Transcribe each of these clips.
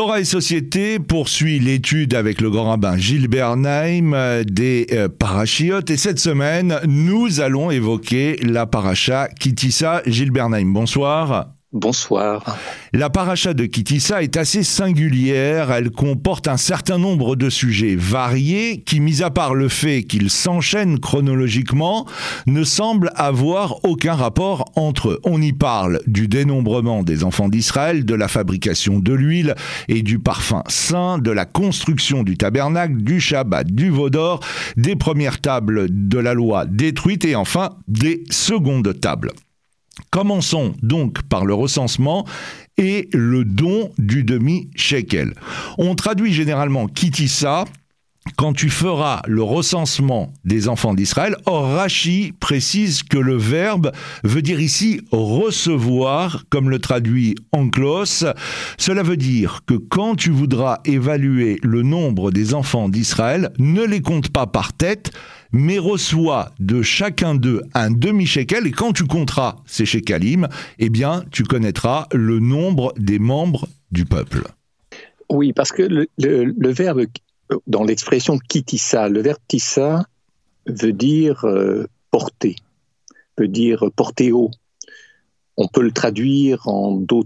Torah et Société poursuit l'étude avec le grand rabbin Gilles Bernheim des parachiotes. Et cette semaine, nous allons évoquer la paracha Ki Tisa. Gilles Bernheim, bonsoir. Bonsoir. La paracha de Ki Tisa est assez singulière. Elle comporte un certain nombre de sujets variés qui, mis à part le fait qu'ils s'enchaînent chronologiquement, ne semblent avoir aucun rapport entre eux. On y parle du dénombrement des enfants d'Israël, de la fabrication de l'huile et du parfum saint, de la construction du tabernacle, du Shabbat, du veau d'or, des premières tables de la loi détruites et enfin des secondes tables. Commençons donc par le recensement et le don du demi-shekel. On traduit généralement Ki Tisa quand tu feras le recensement des enfants d'Israël. Or, Rashi précise que le verbe veut dire ici recevoir, comme le traduit Anklos. Cela veut dire que quand tu voudras évaluer le nombre des enfants d'Israël, ne les compte pas par tête, mais reçois de chacun d'eux un demi-shekel, et quand tu compteras ces shekalim, eh bien, tu connaîtras le nombre des membres du peuple. Oui, parce que le verbe, dans l'expression Ki Tisa, le verbe tissa veut dire porter, veut dire porter haut. On peut le traduire dans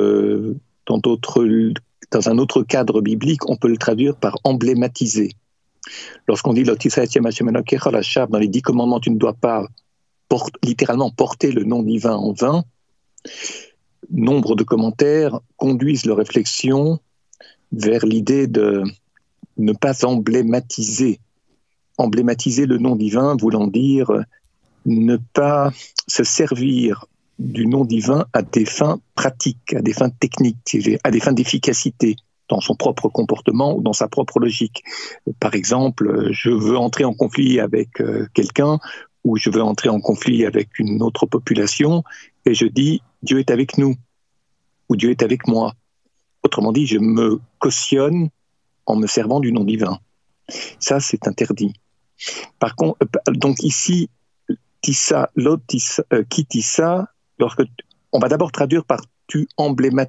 un autre cadre biblique, on peut le traduire par emblématiser. Lorsqu'on dit dans les 10 commandements, tu ne dois pas littéralement porter le nom divin en vain, nombre de commentaires conduisent leur réflexion vers l'idée de ne pas emblématiser le nom divin, voulant dire ne pas se servir du nom divin à des fins pratiques, à des fins techniques, à des fins d'efficacité dans son propre comportement ou dans sa propre logique. Par exemple, je veux entrer en conflit avec quelqu'un ou je veux entrer en conflit avec une autre population et je dis « Dieu est avec nous » ou « Dieu est avec moi ». Autrement dit, je me cautionne en me servant du nom divin. Ça, c'est interdit. Par contre, donc ici, Ki Tisa, on va d'abord traduire par « tu emblématiseras »,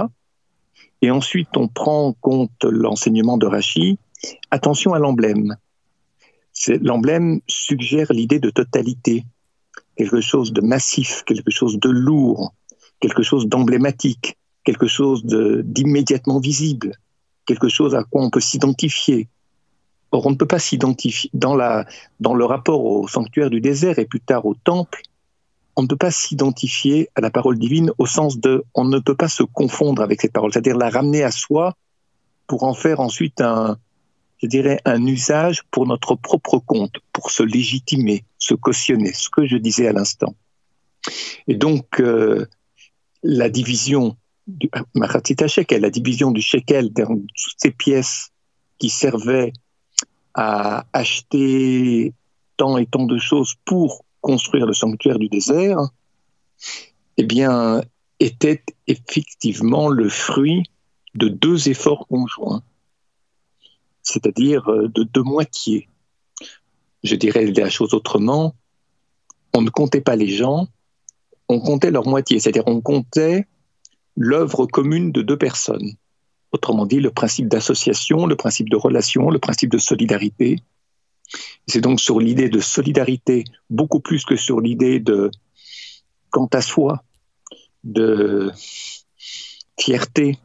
et ensuite on prend en compte l'enseignement de Rashi. Attention à l'emblème. L'emblème suggère l'idée de totalité, quelque chose de massif, quelque chose de lourd, quelque chose d'emblématique, quelque chose d'immédiatement visible, quelque chose à quoi on peut s'identifier. Or, on ne peut pas s'identifier dans le rapport au sanctuaire du désert et plus tard au temple. On ne peut pas s'identifier à la parole divine au sens de on ne peut pas se confondre avec cette parole, c'est-à-dire la ramener à soi pour en faire ensuite un usage pour notre propre compte, pour se légitimer, se cautionner, ce que je disais à l'instant. Et donc, la division du Machatzit shekel, la division du shekel dans toutes ces pièces qui servaient à acheter tant et tant de choses pour construire le sanctuaire du désert, eh bien, était effectivement le fruit de 2 efforts conjoints, c'est-à-dire de 2 moitiés. Je dirais la chose autrement, on ne comptait pas les gens, on comptait leur moitié, c'est-à-dire on comptait l'œuvre commune de 2 personnes. Autrement dit, le principe d'association, le principe de relation, le principe de solidarité. C'est donc sur l'idée de solidarité, beaucoup plus que sur l'idée de quant à soi, de fierté,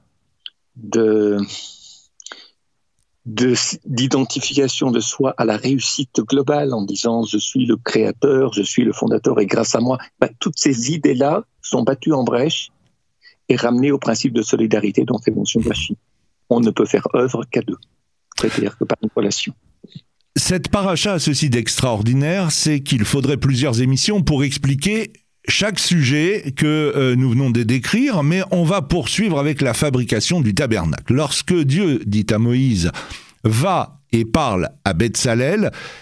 d'identification de soi à la réussite globale en disant « je suis le créateur, je suis le fondateur et grâce à moi ». Toutes ces idées-là sont battues en brèche et ramenées au principe de solidarité dont fait mention Rashi. On ne peut faire œuvre qu'à 2, c'est-à-dire que par une relation. Cette paracha a ceci d'extraordinaire, c'est qu'il faudrait plusieurs émissions pour expliquer chaque sujet que nous venons de décrire, mais on va poursuivre avec la fabrication du tabernacle. Lorsque Dieu dit à Moïse « Va et parle à Betsalel »,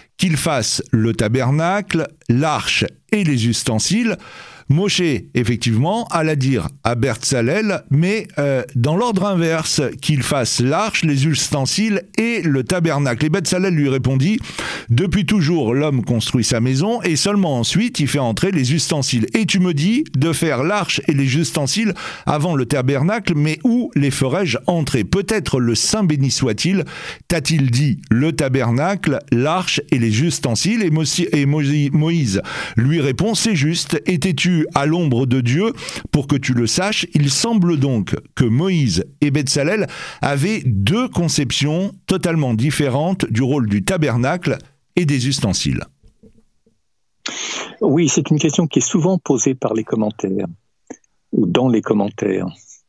qu'il fasse le tabernacle, l'arche et les ustensiles, Moshe, effectivement, alla dire à Bezalel, mais dans l'ordre inverse, qu'il fasse l'arche, les ustensiles et le tabernacle. Et Bezalel lui répondit, « Depuis toujours, l'homme construit sa maison, et seulement ensuite, il fait entrer les ustensiles. Et tu me dis de faire l'arche et les ustensiles avant le tabernacle, mais où les ferais-je entrer? Peut-être le Saint béni soit-il, t'a-t-il dit le tabernacle, l'arche et les ustensiles? Et Moïse lui répond, c'est juste, étais-tu à l'ombre de Dieu pour que tu le saches? Il semble donc que Moïse et Bezalel avaient deux conceptions totalement différentes du rôle du tabernacle et des ustensiles. Oui, c'est une question qui est souvent posée par les commentaires ou dans les commentaires.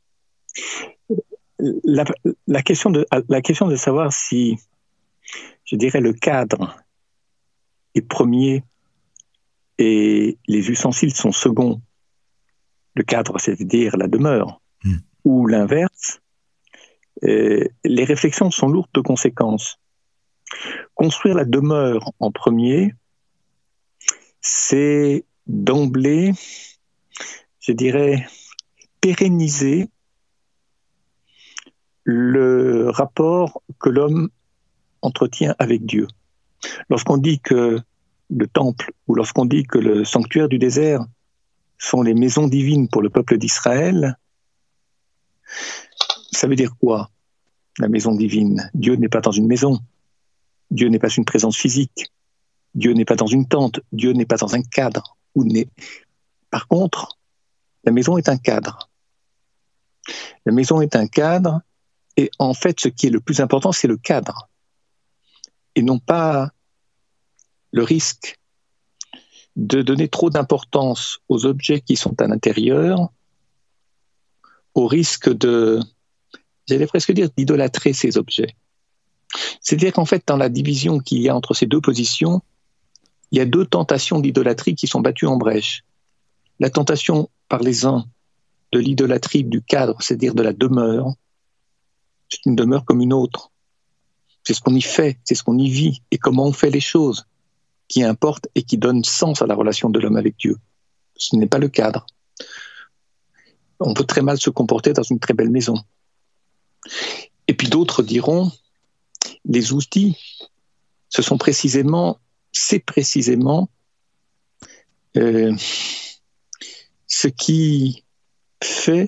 La question de savoir si, je dirais, le cadre est premier et les ustensiles sont seconds, le cadre, c'est-à-dire la demeure, ou l'inverse, les réflexions sont lourdes de conséquences. Construire la demeure en premier, c'est d'emblée, je dirais, pérenniser le rapport que l'homme entretient avec Dieu. Lorsqu'on dit que le temple, ou lorsqu'on dit que le sanctuaire du désert sont les maisons divines pour le peuple d'Israël, ça veut dire quoi, la maison divine? Dieu n'est pas dans une maison, Dieu n'est pas une présence physique, Dieu n'est pas dans une tente, Dieu n'est pas dans un cadre. Par contre, la maison est un cadre. La maison est un cadre, et en fait, ce qui est le plus important, c'est le cadre, et non pas le risque de donner trop d'importance aux objets qui sont à l'intérieur, au risque j'allais presque dire, d'idolâtrer ces objets. C'est-à-dire qu'en fait, dans la division qu'il y a entre ces deux positions, il y a deux tentations d'idolâtrie qui sont battues en brèche. La tentation par les uns de l'idolâtrie du cadre, c'est-à-dire de la demeure, c'est une demeure comme une autre. C'est ce qu'on y fait, c'est ce qu'on y vit, et comment on fait les choses qui importe et qui donne sens à la relation de l'homme avec Dieu. Ce n'est pas le cadre. On peut très mal se comporter dans une très belle maison. Et puis d'autres diront, les outils, c'est précisément ce qui fait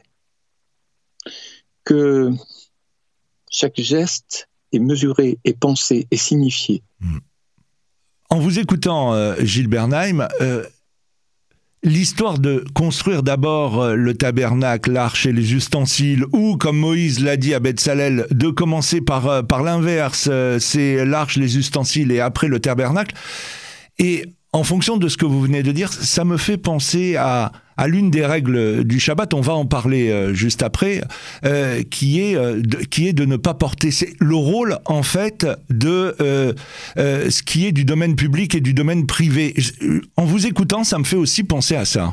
que chaque geste est mesuré, est pensé, est signifié. En vous écoutant, Gilles Bernheim, l'histoire de construire d'abord le tabernacle, l'arche et les ustensiles, ou, comme Moïse l'a dit à Bezalel, de commencer par l'inverse, c'est l'arche, les ustensiles et après le tabernacle. Et en fonction de ce que vous venez de dire, ça me fait penser à l'une des règles du Shabbat, on va en parler juste après, qui est de ne pas porter. C'est le rôle, en fait, de ce qui est du domaine public et du domaine privé. En vous écoutant, ça me fait aussi penser à ça.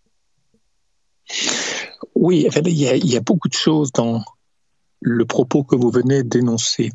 Oui, il y a beaucoup de choses dans le propos que vous venez d'énoncer.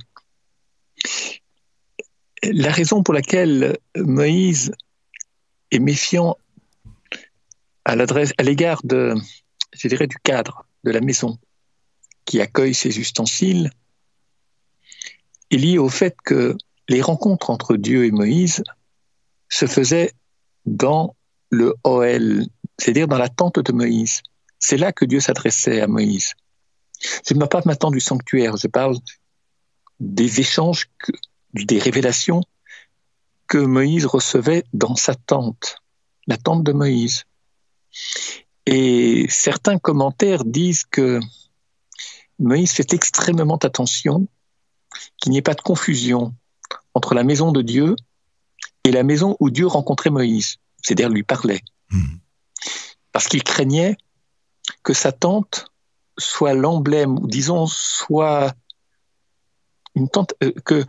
La raison pour laquelle Moïse est méfiant à l'égard je dirais, du cadre, de la maison qui accueille ces ustensiles, est liée au fait que les rencontres entre Dieu et Moïse se faisaient dans le Ohel, c'est-à-dire dans la tente de Moïse. C'est là que Dieu s'adressait à Moïse. Je ne parle pas maintenant du sanctuaire, je parle des échanges, des révélations que Moïse recevait dans sa tente, la tente de Moïse. Et certains commentaires disent que Moïse fait extrêmement attention qu'il n'y ait pas de confusion entre la maison de Dieu et la maison où Dieu rencontrait Moïse, c'est-à-dire lui parlait. Parce qu'il craignait que sa tente soit l'emblème, ou disons, soit une tente que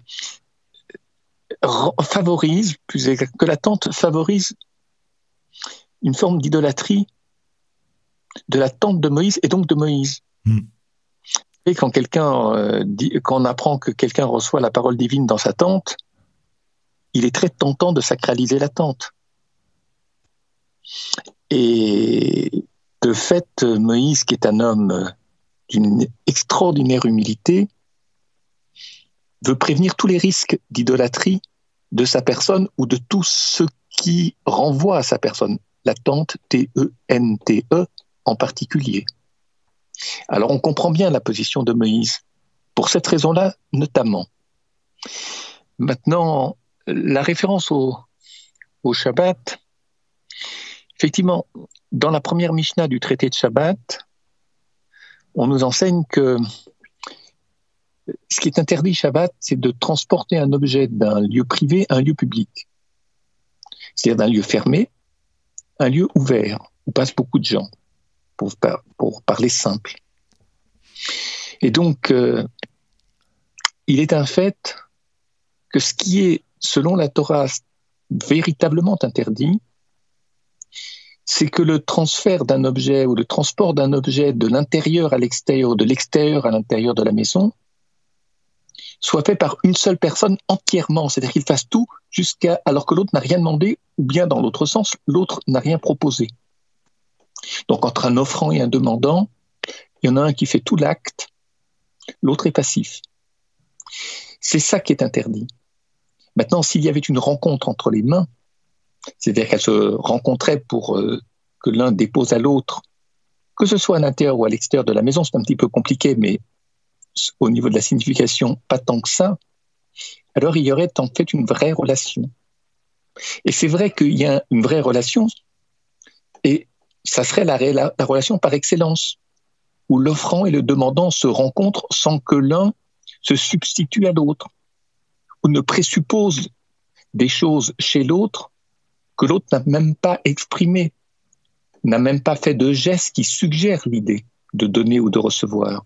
la tente favorise une forme d'idolâtrie de la tente de Moïse et donc de Moïse. Et quand on apprend que quelqu'un reçoit la parole divine dans sa tente, il est très tentant de sacraliser la tente. Et de fait, Moïse, qui est un homme d'une extraordinaire humilité, veut prévenir tous les risques d'idolâtrie de sa personne ou de tout ce qui renvoie à sa personne, la tente, T-E-N-T-E en particulier. Alors on comprend bien la position de Moïse, pour cette raison-là notamment. Maintenant, la référence au Shabbat, effectivement, dans la première Mishnah du traité de Shabbat, on nous enseigne que ce qui est interdit Shabbat, c'est de transporter un objet d'un lieu privé à un lieu public. C'est-à-dire d'un lieu fermé, un lieu ouvert, où passent beaucoup de gens, pour parler simple. Et donc, il est un fait que ce qui est, selon la Torah, véritablement interdit, c'est que le transfert d'un objet ou le transport d'un objet de l'intérieur à l'extérieur, de l'extérieur à l'intérieur de la maison, soit fait par une seule personne entièrement, c'est-à-dire qu'il fasse tout alors que l'autre n'a rien demandé, ou bien dans l'autre sens, l'autre n'a rien proposé. Donc entre un offrant et un demandant, il y en a un qui fait tout l'acte, l'autre est passif. C'est ça qui est interdit. Maintenant, s'il y avait une rencontre entre les mains, c'est-à-dire qu'elles se rencontraient pour que l'un dépose à l'autre, que ce soit à l'intérieur ou à l'extérieur de la maison, c'est un petit peu compliqué, mais au niveau de la signification, pas tant que ça, alors il y aurait en fait une vraie relation. Et c'est vrai qu'il y a une vraie relation, et ça serait la relation par excellence, où l'offrant et le demandant se rencontrent sans que l'un se substitue à l'autre, ou ne présuppose des choses chez l'autre que l'autre n'a même pas exprimées, n'a même pas fait de geste qui suggère l'idée de donner ou de recevoir.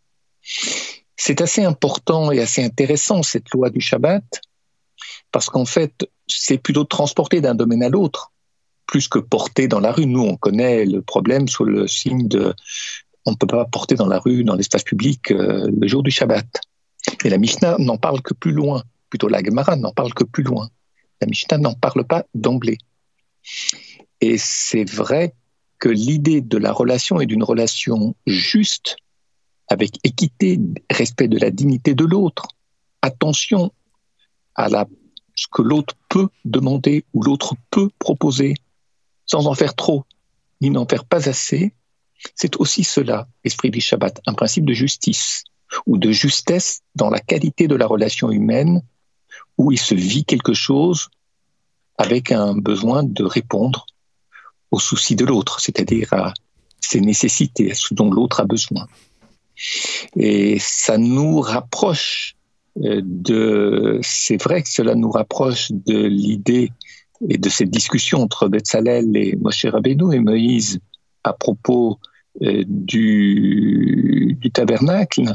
C'est assez important et assez intéressant, cette loi du Shabbat, parce qu'en fait, c'est plutôt transporter d'un domaine à l'autre, plus que porter dans la rue. Nous, on connaît le problème sous le signe de... On ne peut pas porter dans la rue, dans l'espace public, le jour du Shabbat. Et la Mishnah n'en parle que plus loin. Plutôt la Gemara n'en parle que plus loin. La Mishnah n'en parle pas d'emblée. Et c'est vrai que l'idée de la relation est d'une relation juste, avec équité, respect de la dignité de l'autre, attention à ce que l'autre peut demander ou l'autre peut proposer, sans en faire trop, ni n'en faire pas assez, c'est aussi cela, l'esprit du Shabbat, un principe de justice, ou de justesse dans la qualité de la relation humaine, où il se vit quelque chose avec un besoin de répondre aux soucis de l'autre, c'est-à-dire à ses nécessités, à ce dont l'autre a besoin. Et ça nous rapproche c'est vrai que cela nous rapproche de l'idée et de cette discussion entre Betzalel et Moshe Rabbeinu et Moïse à propos du tabernacle,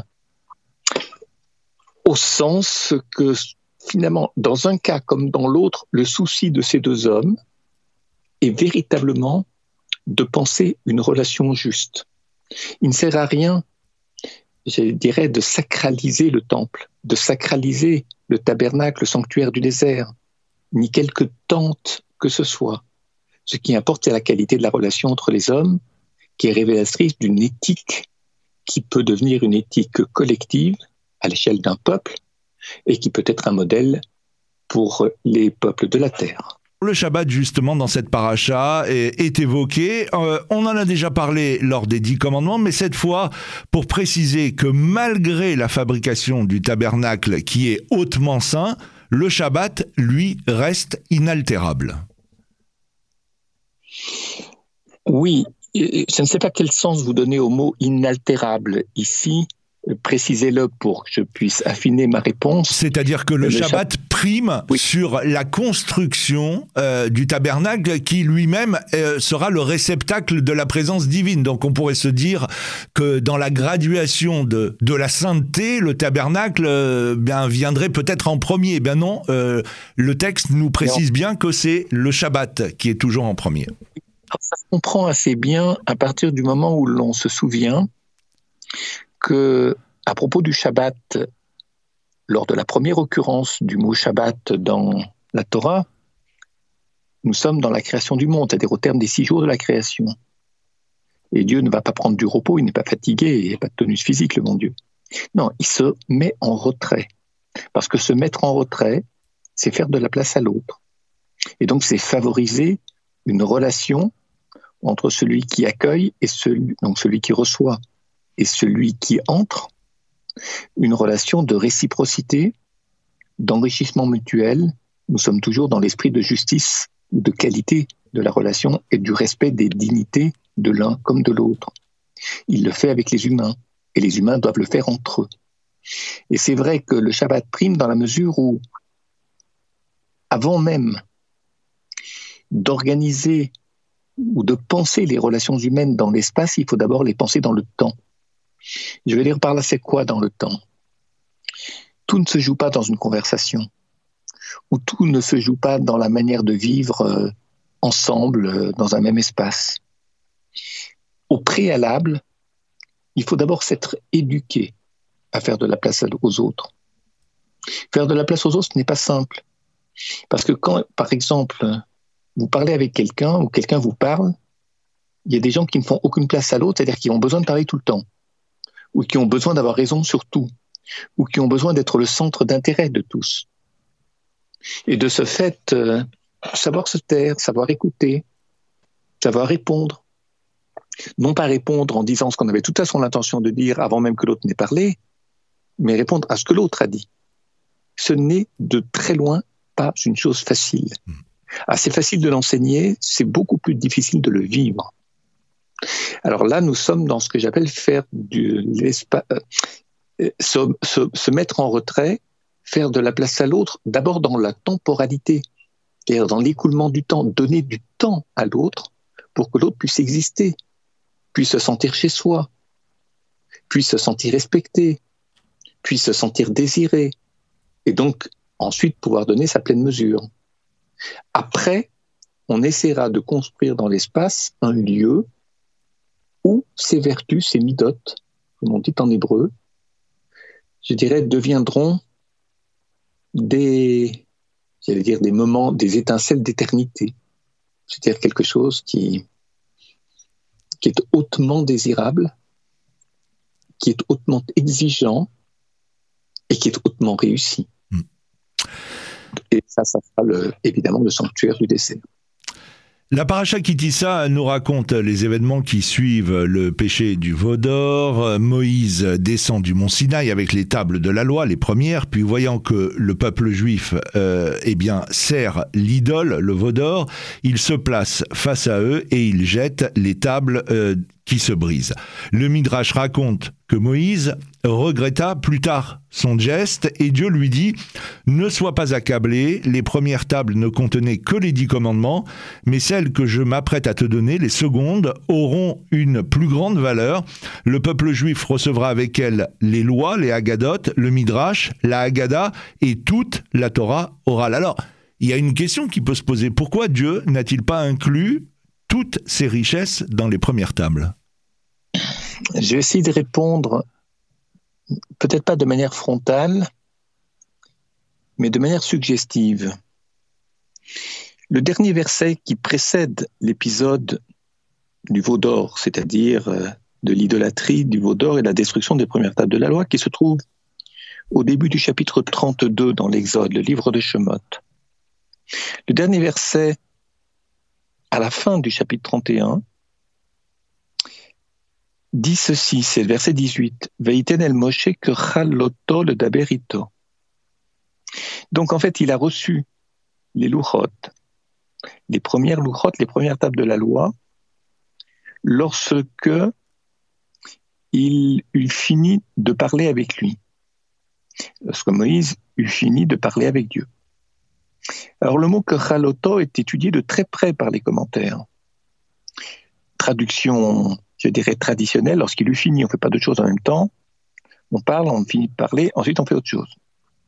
au sens que finalement, dans un cas comme dans l'autre, le souci de ces deux hommes est véritablement de penser une relation juste. Il ne sert à rien, je dirais, de sacraliser le temple, de sacraliser le tabernacle, le sanctuaire du désert, ni quelque tente que ce soit. Ce qui importe, c'est la qualité de la relation entre les hommes, qui est révélatrice d'une éthique qui peut devenir une éthique collective à l'échelle d'un peuple et qui peut être un modèle pour les peuples de la terre. Le Shabbat, justement, dans cette paracha, est évoqué. On en a déjà parlé lors des 10 commandements, mais cette fois, pour préciser que malgré la fabrication du tabernacle qui est hautement saint, le Shabbat, lui, reste inaltérable. Oui, je ne sais pas quel sens vous donnez au mot inaltérable ici. Précisez-le pour que je puisse affiner ma réponse. C'est-à-dire que le Shabbat prime sur la construction du tabernacle qui lui-même sera le réceptacle de la présence divine. Donc on pourrait se dire que dans la graduation de la sainteté, le tabernacle viendrait peut-être en premier. Ben non, le texte nous précise bien que c'est le Shabbat qui est toujours en premier. Ça se comprend assez bien à partir du moment où l'on se souvient que, à propos du Shabbat, lors de la première occurrence du mot Shabbat dans la Torah, nous sommes dans la création du monde, c'est-à-dire au terme des 6 jours de la création. Et Dieu ne va pas prendre du repos, il n'est pas fatigué, il n'a pas de tonus physique, le bon Dieu. Non, il se met en retrait. Parce que se mettre en retrait, c'est faire de la place à l'autre. Et donc, c'est favoriser une relation entre celui qui accueille et celui qui reçoit et celui qui entre, une relation de réciprocité, d'enrichissement mutuel. Nous sommes toujours dans l'esprit de justice, de qualité de la relation et du respect des dignités de l'un comme de l'autre. Il le fait avec les humains et les humains doivent le faire entre eux. Et c'est vrai que le Shabbat prime dans la mesure où, avant même d'organiser ou de penser les relations humaines dans l'espace, il faut d'abord les penser dans le temps. Je vais dire par là, c'est quoi dans le temps ? Tout ne se joue pas dans une conversation, ou tout ne se joue pas dans la manière de vivre ensemble dans un même espace. Au préalable, il faut d'abord s'être éduqué à faire de la place aux autres. Faire de la place aux autres, ce n'est pas simple. Parce que quand, par exemple, vous parlez avec quelqu'un ou quelqu'un vous parle, il y a des gens qui ne font aucune place à l'autre, c'est-à-dire qui ont besoin de parler tout le temps, ou qui ont besoin d'avoir raison sur tout, ou qui ont besoin d'être le centre d'intérêt de tous. Et de ce fait, savoir se taire, savoir écouter, savoir répondre. Non pas répondre en disant ce qu'on avait de toute façon l'intention de dire avant même que l'autre n'ait parlé, mais répondre à ce que l'autre a dit. Ce n'est de très loin pas une chose facile. C'est facile de l'enseigner, c'est beaucoup plus difficile de le vivre. Alors là, nous sommes dans ce que j'appelle faire se mettre en retrait, faire de la place à l'autre, d'abord dans la temporalité, c'est-à-dire dans l'écoulement du temps, donner du temps à l'autre pour que l'autre puisse exister, puisse se sentir chez soi, puisse se sentir respecté, puisse se sentir désiré, et donc ensuite pouvoir donner sa pleine mesure. Après, on essaiera de construire dans l'espace un lieu où ces vertus, ces midot, comme on dit en hébreu, je dirais, deviendront des moments, des étincelles d'éternité. C'est-à-dire quelque chose qui est hautement désirable, qui est hautement exigeant et qui est hautement réussi. Et ça sera évidemment le sanctuaire du dessert. La paracha Ki-Tissa nous raconte les événements qui suivent le péché du veau d'or. Moïse descend du mont Sinaï avec les tables de la loi, les premières, puis voyant que le peuple juif sert l'idole, le veau d'or, il se place face à eux et il jette les tables qui se brisent. Le Midrash raconte que Moïse regretta plus tard son geste et Dieu lui dit « Ne sois pas accablé, les premières tables ne contenaient que les 10 commandements, mais celles que je m'apprête à te donner, les secondes, auront une plus grande valeur. Le peuple juif recevra avec elles les lois, les Haggadot, le Midrash, la Haggadah et toute la Torah orale. » Alors, il y a une question qui peut se poser. Pourquoi Dieu n'a-t-il pas inclus toutes ces richesses dans les premières tables ? Je vais essayer de répondre, peut-être pas de manière frontale, mais de manière suggestive. Le dernier verset qui précède l'épisode du veau d'or, c'est-à-dire de l'idolâtrie du veau d'or et la destruction des premières tables de la loi, qui se trouve au début du chapitre 32 dans l'Exode, le livre de Shemot. Le dernier verset, à la fin du chapitre 31, dit ceci, c'est le verset 18. Veiten el Moshe que chaloto le daberito. Donc en fait, il a reçu les louchot, les premières louchot, les premières tables de la loi, lorsque il eut fini de parler avec lui. Lorsque Moïse eut fini de parler avec Dieu. Alors le mot que chaloto est étudié de très près par les commentaires. Traduction, je dirais, traditionnelle, lorsqu'il eut fini, on ne fait pas deux choses en même temps. On parle, on finit de parler, ensuite on fait autre chose.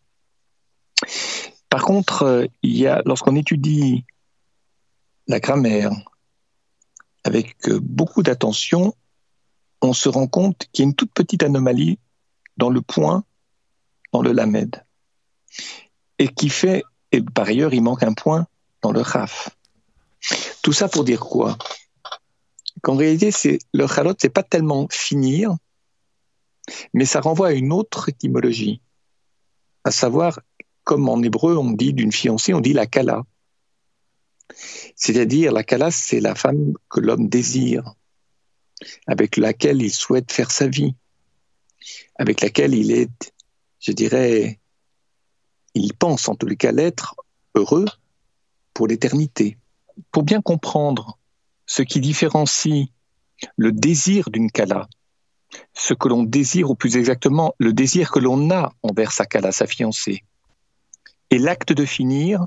Par contre, lorsqu'on étudie la grammaire avec beaucoup d'attention, on se rend compte qu'il y a une toute petite anomalie dans le point, dans le lamed, et par ailleurs, il manque un point dans le raf. Tout ça pour dire quoi? Qu'en réalité, le chalot, c'est pas tellement finir, mais ça renvoie à une autre étymologie, à savoir, comme en hébreu, on dit d'une fiancée, on dit la kala. C'est-à-dire, la kala, c'est la femme que l'homme désire, avec laquelle il souhaite faire sa vie, avec laquelle il est, je dirais, il pense en tous les cas l'être heureux pour l'éternité. Pour bien comprendre ce qui différencie le désir d'une kala, ce que l'on désire, ou plus exactement, le désir que l'on a envers sa kala, sa fiancée, et l'acte de finir,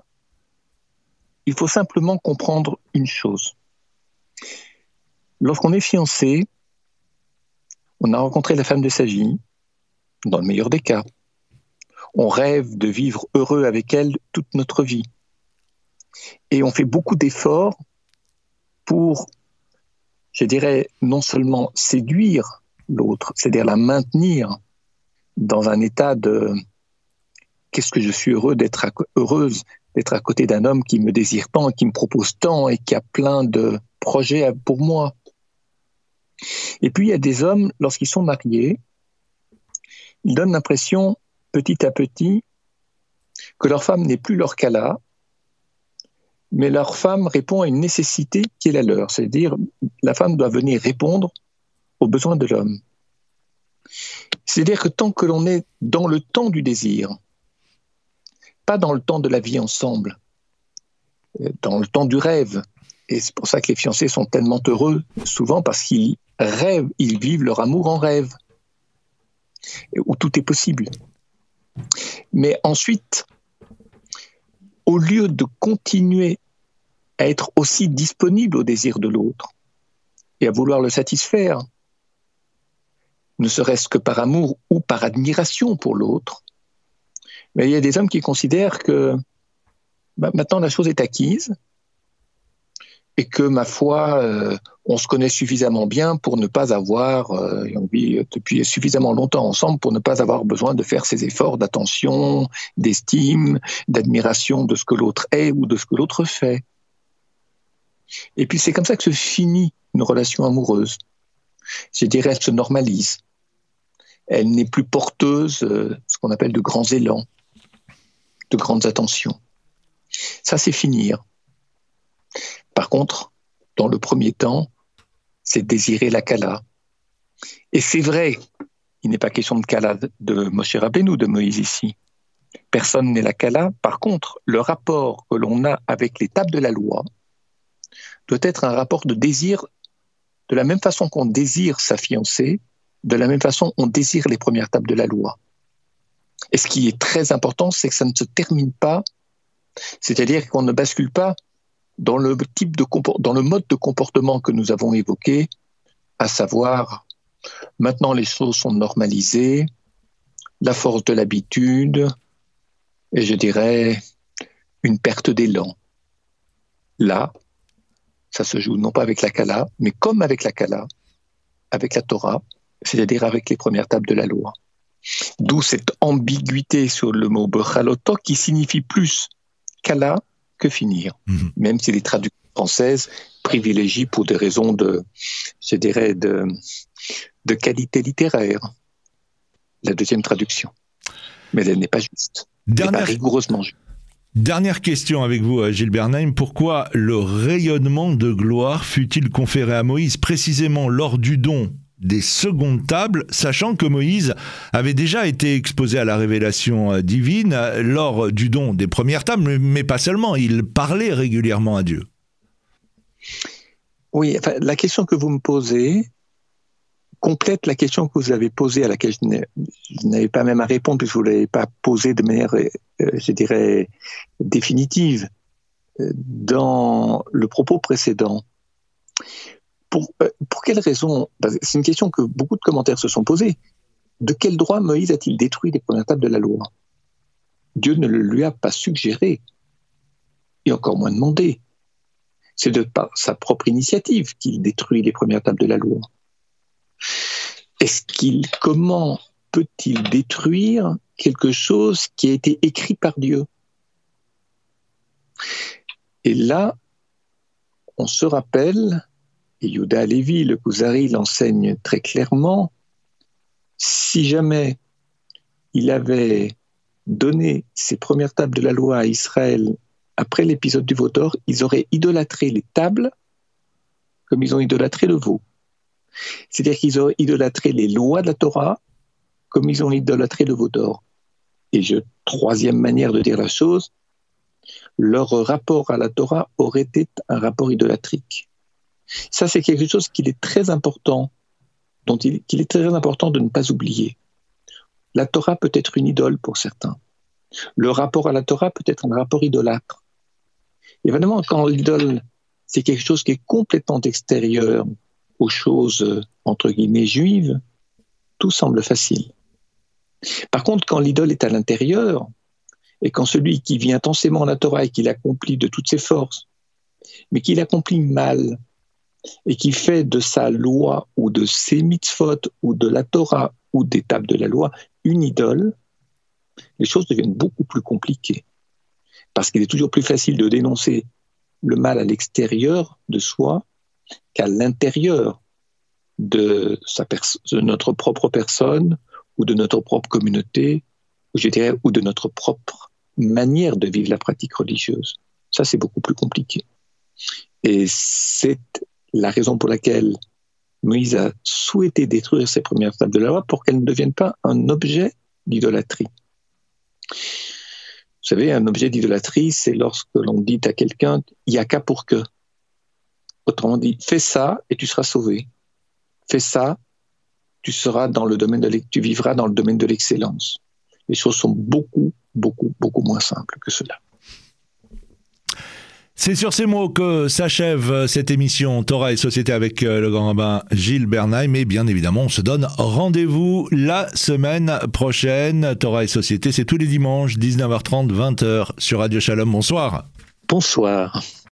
il faut simplement comprendre une chose. Lorsqu'on est fiancé, on a rencontré la femme de sa vie, dans le meilleur des cas. On rêve de vivre heureux avec elle toute notre vie. Et on fait beaucoup d'efforts pour, je dirais, non seulement séduire l'autre, c'est-à-dire la maintenir dans un état de « qu'est-ce que je suis heureuse d'être à côté d'un homme qui me désire tant, qui me propose tant et qui a plein de projets pour moi ». Et puis il y a des hommes, lorsqu'ils sont mariés, ils donnent l'impression, petit à petit, que leur femme n'est plus leur kala, mais leur femme répond à une nécessité qui est la leur. C'est-à-dire, la femme doit venir répondre aux besoins de l'homme. C'est-à-dire que tant que l'on est dans le temps du désir, pas dans le temps de la vie ensemble, dans le temps du rêve, et c'est pour ça que les fiancés sont tellement heureux, souvent parce qu'ils rêvent, ils vivent leur amour en rêve, où tout est possible. Mais ensuite, au lieu de continuer à être aussi disponible au désir de l'autre et à vouloir le satisfaire, ne serait-ce que par amour ou par admiration pour l'autre, mais il y a des hommes qui considèrent que maintenant la chose est acquise et que, ma foi, on se connaît suffisamment bien pour ne pas avoir, on vit depuis suffisamment longtemps ensemble pour ne pas avoir besoin de faire ces efforts d'attention, d'estime, d'admiration de ce que l'autre est ou de ce que l'autre fait. Et puis c'est comme ça que se finit une relation amoureuse. Je dirais, elle se normalise. Elle n'est plus porteuse, ce qu'on appelle de grands élans, de grandes attentions. Ça, c'est finir. Par contre, dans le premier temps, c'est désirer la kala. Et c'est vrai, il n'est pas question de kala de Moshe Rabbeinu, de Moïse ici. Personne n'est la kala. Par contre, le rapport que l'on a avec les tables de la loi doit être un rapport de désir. De la même façon qu'on désire sa fiancée, de la même façon on désire les premières tables de la loi. Et ce qui est très important, c'est que ça ne se termine pas, c'est-à-dire qu'on ne bascule pas dans le mode de comportement que nous avons évoqué, à savoir, maintenant les choses sont normalisées, la force de l'habitude, et je dirais une perte d'élan. Là, ça se joue non pas avec la kala, mais comme avec la kala, avec la Torah, c'est-à-dire avec les premières tables de la loi. D'où cette ambiguïté sur le mot bechaloto qui signifie plus kala que finir, même si les traductions françaises privilégient pour des raisons de qualité littéraire la deuxième traduction. Mais elle n'est pas juste. Elle n'est pas rigoureusement juste. Dernière question avec vous, Gilles Bernheim. Pourquoi le rayonnement de gloire fut-il conféré à Moïse précisément lors du don des secondes tables, sachant que Moïse avait déjà été exposé à la révélation divine lors du don des premières tables, mais pas seulement, il parlait régulièrement à Dieu. Oui, enfin, la question que vous me posez complète la question que vous avez posée, à laquelle je n'avais pas même à répondre, puisque vous ne l'avez pas posée de manière, je dirais, définitive dans le propos précédent. Pour quelle raison? C'est une question que beaucoup de commentaires se sont posés. De quel droit Moïse a-t-il détruit les premières tables de la loi? Dieu ne le lui a pas suggéré, et encore moins demandé. C'est de par sa propre initiative qu'il détruit les premières tables de la loi. Comment peut-il détruire quelque chose qui a été écrit par Dieu? Et là, on se rappelle, et Yehuda Halevi, le Kuzari, l'enseigne très clairement, si jamais il avait donné ses premières tables de la loi à Israël après l'épisode du veau d'or, ils auraient idolâtré les tables comme ils ont idolâtré le veau. C'est-à-dire qu'ils auraient idolâtré les lois de la Torah comme ils ont idolâtré le veau d'or. Et troisième manière de dire la chose, leur rapport à la Torah aurait été un rapport idolâtrique. Ça, c'est quelque chose qu'il est très important, qu'il est très important de ne pas oublier. La Torah peut être une idole pour certains. Le rapport à la Torah peut être un rapport idolâtre. Évidemment, quand l'idole, c'est quelque chose qui est complètement extérieur aux choses, entre guillemets, juives, tout semble facile. Par contre, quand l'idole est à l'intérieur, et quand celui qui vit intensément la Torah et qui l'accomplit de toutes ses forces, mais qui l'accomplit mal, et qui fait de sa loi ou de ses mitzvot ou de la Torah ou des tables de la loi une idole, les choses deviennent beaucoup plus compliquées. Parce qu'il est toujours plus facile de dénoncer le mal à l'extérieur de soi qu'à l'intérieur de notre propre personne ou de notre propre communauté, ou je dirais, ou de notre propre manière de vivre la pratique religieuse. Ça, c'est beaucoup plus compliqué. Et c'est la raison pour laquelle Moïse a souhaité détruire ces premières tables de la loi pour qu'elles ne deviennent pas un objet d'idolâtrie. Vous savez, un objet d'idolâtrie, c'est lorsque l'on dit à quelqu'un « il n'y a qu'à pour que ». Autrement dit, fais ça et tu seras sauvé. Fais ça, tu vivras dans le domaine de l'excellence. Les choses sont beaucoup, beaucoup, beaucoup moins simples que cela. C'est sur ces mots que s'achève cette émission Torah et Société avec le grand rabbin Gilles Bernheim. Mais bien évidemment, on se donne rendez-vous la semaine prochaine. Torah et Société, c'est tous les dimanches, 19h30, 20h sur Radio Shalom. Bonsoir. Bonsoir.